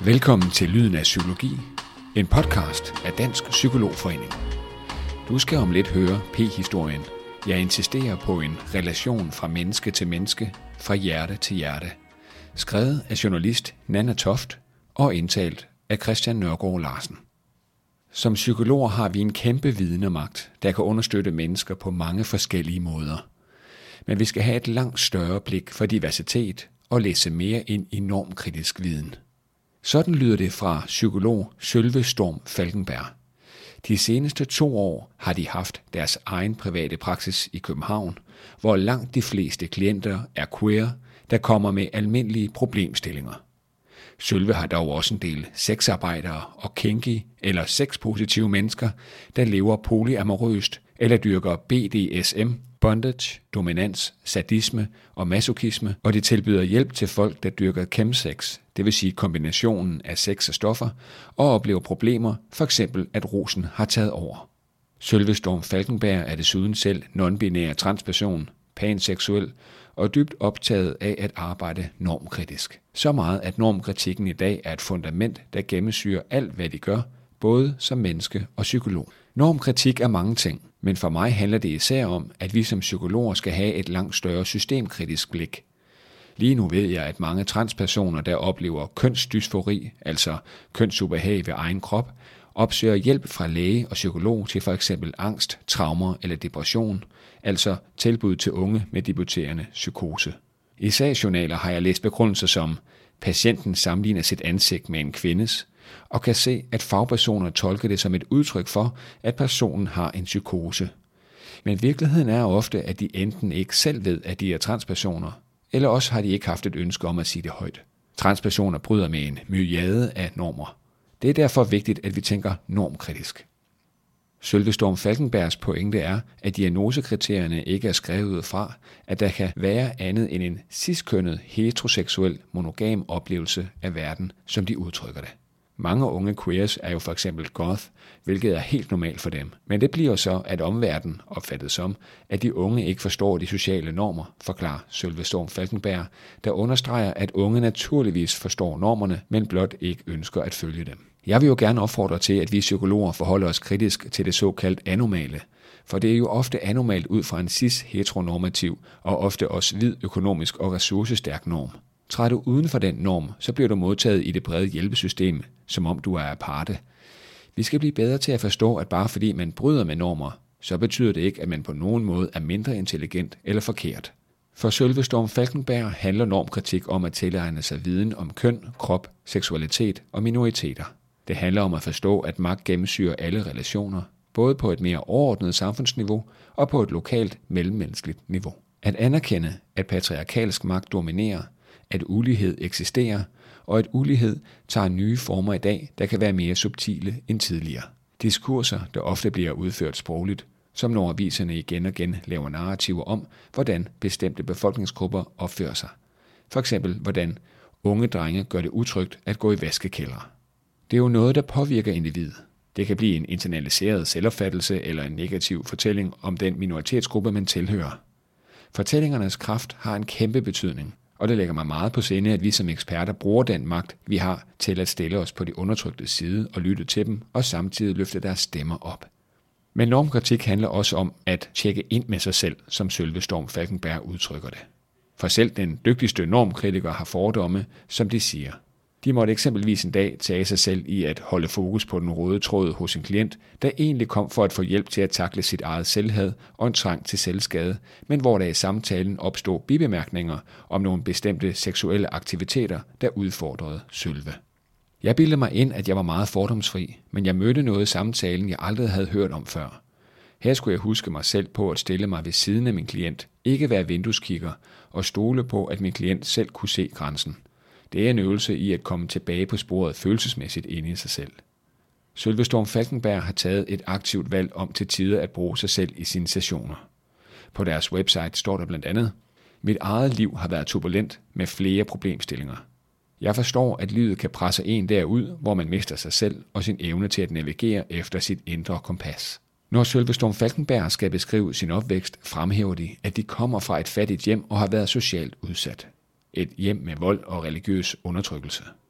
Velkommen til Lyden af Psykologi, en podcast af Dansk Psykologforening. Du skal om lidt høre P-historien. Jeg insisterer på en relation fra menneske til menneske, fra hjerte til hjerte. Skrevet af journalist Nanna Toft og indtalt af Christian Nørgaard Larsen. Som psykologer har vi en kæmpe vidnemagt, der kan understøtte mennesker på mange forskellige måder. Men vi skal have et langt større blik for diversitet og læse mere ind i normkritisk viden. Sådan lyder det fra psykolog Sølve Storm Falkenberg. De seneste 2 år har de haft deres egen private praksis i København, hvor langt de fleste klienter er queer, der kommer med almindelige problemstillinger. Sølve har dog også en del sexarbejdere og kinky eller sexpositive mennesker, der lever polyamorøst eller dyrker BDSM, bondage, dominans, sadisme og masochisme, og de tilbyder hjælp til folk, der dyrker chemsex, det vil sige kombinationen af sex og stoffer, og oplever problemer, f.eks. at rusen har taget over. Sølve Storm Falkenberg er desuden selv non-binær transperson, panseksuel og dybt optaget af at arbejde normkritisk. Så meget, at normkritikken i dag er et fundament, der gennemsyrer alt, hvad de gør, både som menneske og psykolog. Normkritik er mange ting, men for mig handler det især om, at vi som psykologer skal have et langt større systemkritisk blik. Lige nu ved jeg, at mange transpersoner, der oplever kønsdysfori, altså kønsubehag ved egen krop, opsøger hjælp fra læge og psykolog til f.eks. angst, traumer eller depression, altså tilbud til unge med debuterende psykose. I sagsjournaler har jeg læst begrundelser som, patienten sammenligner sit ansigt med en kvindes, og kan se, at fagpersoner tolker det som et udtryk for, at personen har en psykose. Men virkeligheden er ofte, at de enten ikke selv ved, at de er transpersoner, eller også har de ikke haft et ønske om at sige det højt. Transpersoner bryder med en myriade af normer. Det er derfor vigtigt, at vi tænker normkritisk. Sølve Storm Falkenbergs pointe er, at diagnosekriterierne ikke er skrevet ud fra, at der kan være andet end en ciskønnet heteroseksuel monogam oplevelse af verden, som de udtrykker det. Mange unge queers er jo for eksempel goth, hvilket er helt normalt for dem. Men det bliver så, at omverdenen opfattes som, at de unge ikke forstår de sociale normer, forklarer Sølve Storm Falkenberg, der understreger, at unge naturligvis forstår normerne, men blot ikke ønsker at følge dem. Jeg vil jo gerne opfordre til, at vi psykologer forholder os kritisk til det såkaldt anormale, for det er jo ofte anormalt ud fra en cis-heteronormativ og ofte også hvid økonomisk og ressourcestærk norm. Træder du uden for den norm, så bliver du modtaget i det brede hjælpesystem, som om du er aparte. Vi skal blive bedre til at forstå, at bare fordi man bryder med normer, så betyder det ikke, at man på nogen måde er mindre intelligent eller forkert. For Sølve Storm Falkenberg handler normkritik om at tilegne sig viden om køn, krop, seksualitet og minoriteter. Det handler om at forstå, at magt gennemsyrer alle relationer, både på et mere overordnet samfundsniveau og på et lokalt mellemmenneskeligt niveau. At anerkende, at patriarkalsk magt dominerer, at ulighed eksisterer, og at ulighed tager nye former i dag, der kan være mere subtile end tidligere. Diskurser, der ofte bliver udført sprogligt, som når aviserne igen og igen laver narrativer om, hvordan bestemte befolkningsgrupper opfører sig. For eksempel, hvordan unge drenge gør det utrygt at gå i vaskekældre. Det er jo noget, der påvirker individet. Det kan blive en internaliseret selvopfattelse eller en negativ fortælling om den minoritetsgruppe, man tilhører. Fortællingernes kraft har en kæmpe betydning, og det lægger mig meget på sinde, at vi som eksperter bruger den magt, vi har, til at stille os på de undertrykte side og lytte til dem, og samtidig løfte deres stemmer op. Men normkritik handler også om at tjekke ind med sig selv, som Sølve Storm Falkenberg udtrykker det. For selv den dygtigste normkritiker har fordomme, som de siger. De måtte eksempelvis en dag tage sig selv i at holde fokus på den røde tråd hos en klient, der egentlig kom for at få hjælp til at takle sit eget selvhad og en trang til selvskade, men hvor der i samtalen opstod bibemærkninger om nogle bestemte seksuelle aktiviteter, der udfordrede Sølve. Jeg bildede mig ind, at jeg var meget fordomsfri, men jeg mødte noget i samtalen, jeg aldrig havde hørt om før. Her skulle jeg huske mig selv på at stille mig ved siden af min klient, ikke være vindueskigger og stole på, at min klient selv kunne se grænsen. Det er en øvelse i at komme tilbage på sporet følelsesmæssigt inde i sig selv. Sølve Storm Falkenberg har taget et aktivt valg om til tider at bruge sig selv i sine sessioner. På deres website står der blandt andet: mit eget liv har været turbulent med flere problemstillinger. Jeg forstår, at livet kan presse en derud, hvor man mister sig selv og sin evne til at navigere efter sit indre kompas. Når Sølve Storm Falkenberg skal beskrive sin opvækst, fremhæver de, at de kommer fra et fattigt hjem og har været socialt udsat. Et hjem med vold og religiøs undertrykkelse.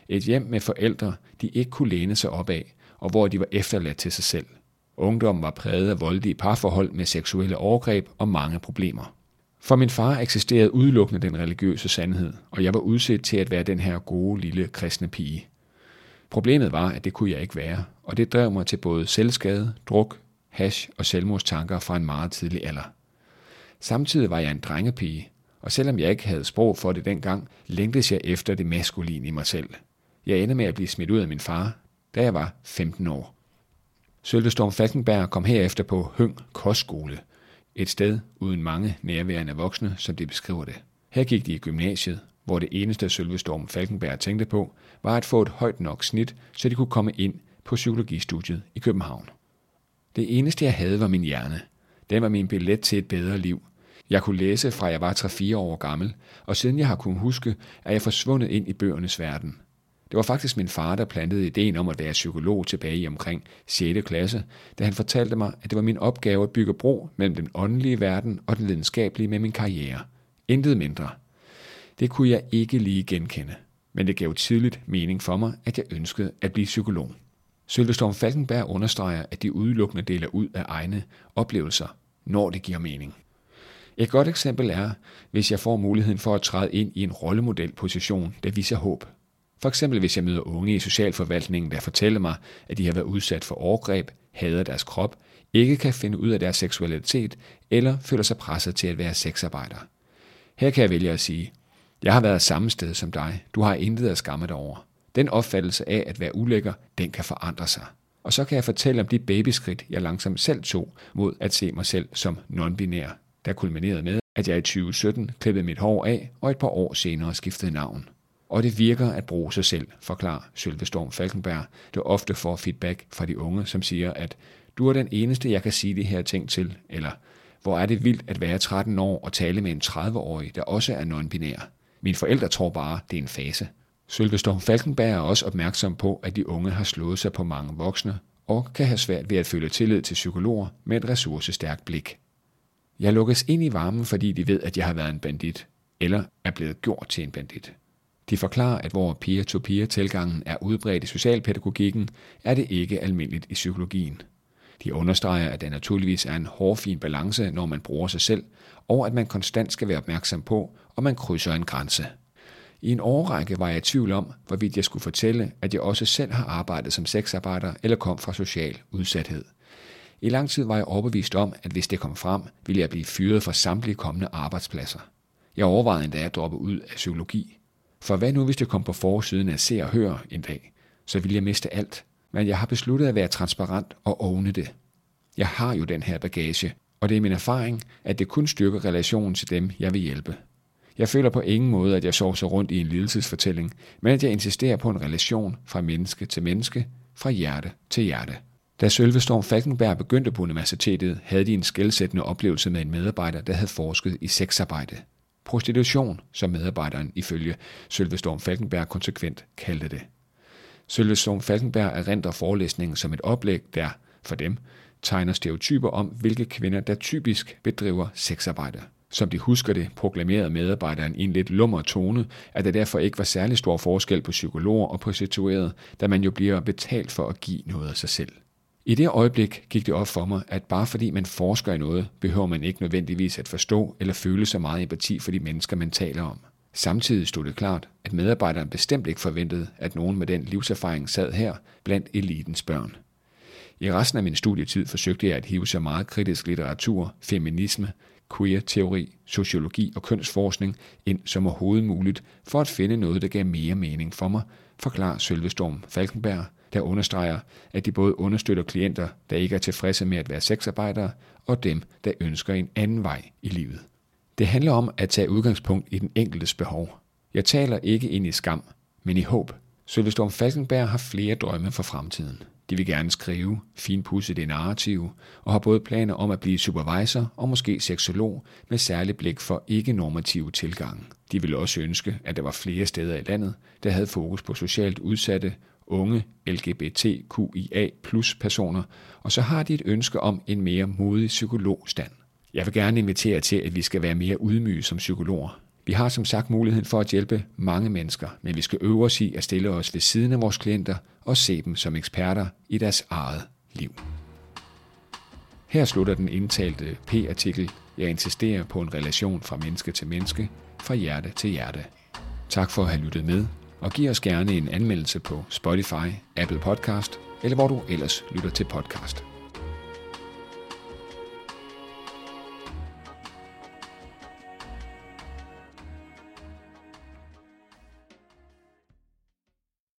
Et hjem med forældre, de ikke kunne læne sig op af, og hvor de var efterladt til sig selv. Ungdommen var præget af voldelige parforhold med seksuelle overgreb og mange problemer. For min far eksisterede udelukkende den religiøse sandhed, og jeg var udset til at være den her gode lille kristne pige. Problemet var, at det kunne jeg ikke være, og det drev mig til både selvskade, druk, hash og selvmordstanker fra en meget tidlig alder. Samtidig var jeg en drengepige, og selvom jeg ikke havde sprog for det dengang, længtes jeg efter det maskuline i mig selv. Jeg endte med at blive smidt ud af min far, da jeg var 15 år. Sølve Storm Falkenberg kom herefter på Høng Kostskole, et sted uden mange nærværende voksne, som de beskriver det. Her gik de i gymnasiet, hvor det eneste Sølve Storm Falkenberg tænkte på, var at få et højt nok snit, så de kunne komme ind på psykologistudiet i København. Det eneste jeg havde var min hjerne. Den var min billet til et bedre liv. Jeg kunne læse fra jeg var 3-4 år gammel, og siden jeg har kunnet huske, er jeg forsvundet ind i bøgernes verden. Det var faktisk min far, der plantede ideen om at være psykolog tilbage i omkring 6. klasse, da han fortalte mig, at det var min opgave at bygge bro mellem den åndelige verden og den videnskabelige med min karriere. Intet mindre. Det kunne jeg ikke lige genkende, men det gav tidligt mening for mig, at jeg ønskede at blive psykolog. Sølve Storm Falkenberg understreger, at de udelukkende deler ud af egne oplevelser, når det giver mening. Et godt eksempel er, hvis jeg får muligheden for at træde ind i en rollemodelposition, der viser håb. For eksempel hvis jeg møder unge i socialforvaltningen, der fortæller mig, at de har været udsat for overgreb, hader deres krop, ikke kan finde ud af deres seksualitet eller føler sig presset til at være sexarbejder. Her kan jeg vælge at sige, jeg har været samme sted som dig, du har intet at skamme dig over. Den opfattelse af at være ulækker, den kan forandre sig. Og så kan jeg fortælle om de babyskridt, jeg langsomt selv tog mod at se mig selv som non-binær, der kulminerede med, at jeg i 2017 klippede mit hår af og et par år senere skiftede navn. Og det virker at bruge sig selv, forklarer Sølve Storm Falkenberg, der ofte får feedback fra de unge, som siger, at du er den eneste, jeg kan sige de her ting til, eller hvor er det vildt at være 13 år og tale med en 30-årig, der også er non-binær. Mine forældre tror bare, det er en fase. Sølve Storm Falkenberg er også opmærksom på, at de unge har slået sig på mange voksne og kan have svært ved at føle tillid til psykologer med et ressourcestærkt blik. Jeg lukkes ind i varmen, fordi de ved, at jeg har været en bandit, eller er blevet gjort til en bandit. De forklarer, at hvor peer-to-peer-tilgangen er udbredt i socialpædagogikken, er det ikke almindeligt i psykologien. De understreger, at der naturligvis er en hårfin balance, når man bruger sig selv, og at man konstant skal være opmærksom på, om man krydser en grænse. I en årrække var jeg i tvivl om, hvorvidt jeg skulle fortælle, at jeg også selv har arbejdet som sexarbejder eller kom fra social udsathed. I lang tid var jeg overbevist om, at hvis det kom frem, ville jeg blive fyret fra samtlige kommende arbejdspladser. Jeg overvejede endda at droppe ud af psykologi. For hvad nu, hvis det kom på forsiden af Se og Hør en dag? Så ville jeg miste alt. Men jeg har besluttet at være transparent og ovne det. Jeg har jo den her bagage, og det er min erfaring, at det kun styrker relationen til dem, jeg vil hjælpe. Jeg føler på ingen måde, at jeg sovser rundt i en lidelsesfortælling, men at jeg insisterer på en relation fra menneske til menneske, fra hjerte til hjerte. Da Sølve Storm Falkenberg begyndte på universitetet, havde de en skelsættende oplevelse med en medarbejder, der havde forsket i sexarbejde. Prostitution, som medarbejderen ifølge Sølve Storm Falkenberg konsekvent kaldte det. Sølve Storm Falkenberg erindrer forelæsningen som et oplæg, der, for dem, tegner stereotyper om, hvilke kvinder, der typisk bedriver sexarbejde. Som de husker det, proklamerede medarbejderen i en lidt lummer tone, at der derfor ikke var særlig stor forskel på psykologer og prostituerede, da man jo bliver betalt for at give noget af sig selv. I det øjeblik gik det op for mig, at bare fordi man forsker i noget, behøver man ikke nødvendigvis at forstå eller føle så meget empati for de mennesker, man taler om. Samtidig stod det klart, at medarbejderen bestemt ikke forventede, at nogen med den livserfaring sad her blandt elitens børn. I resten af min studietid forsøgte jeg at hive så meget kritisk litteratur, feminisme, queer-teori, sociologi og kønsforskning ind som overhovedet muligt for at finde noget, der gav mere mening for mig, forklarer Sølve Storm Falkenberg, der understreger, at de både understøtter klienter, der ikke er tilfredse med at være sexarbejdere, og dem, der ønsker en anden vej i livet. Det handler om at tage udgangspunkt i den enkeltes behov. Jeg taler ikke ind i skam, men i håb. Sølve Storm Falkenberg har flere drømme for fremtiden. De vil gerne skrive, finpudse det narrative, og har både planer om at blive supervisor og måske seksolog med særlig blik for ikke-normative tilgange. De vil også ønske, at der var flere steder i landet, der havde fokus på socialt udsatte, unge, LGBTQIA+ personer, og så har de et ønske om en mere modig psykologstand. Jeg vil gerne invitere til, at vi skal være mere ydmyge som psykologer. Vi har som sagt muligheden for at hjælpe mange mennesker, men vi skal øve os i at stille os ved siden af vores klienter og se dem som eksperter i deres eget liv. Her slutter den indtalte P-artikel. Jeg insisterer på en relation fra menneske til menneske, fra hjerte til hjerte. Tak for at have lyttet med, og giv os gerne en anmeldelse på Spotify, Apple Podcast eller hvor du ellers lytter til podcast.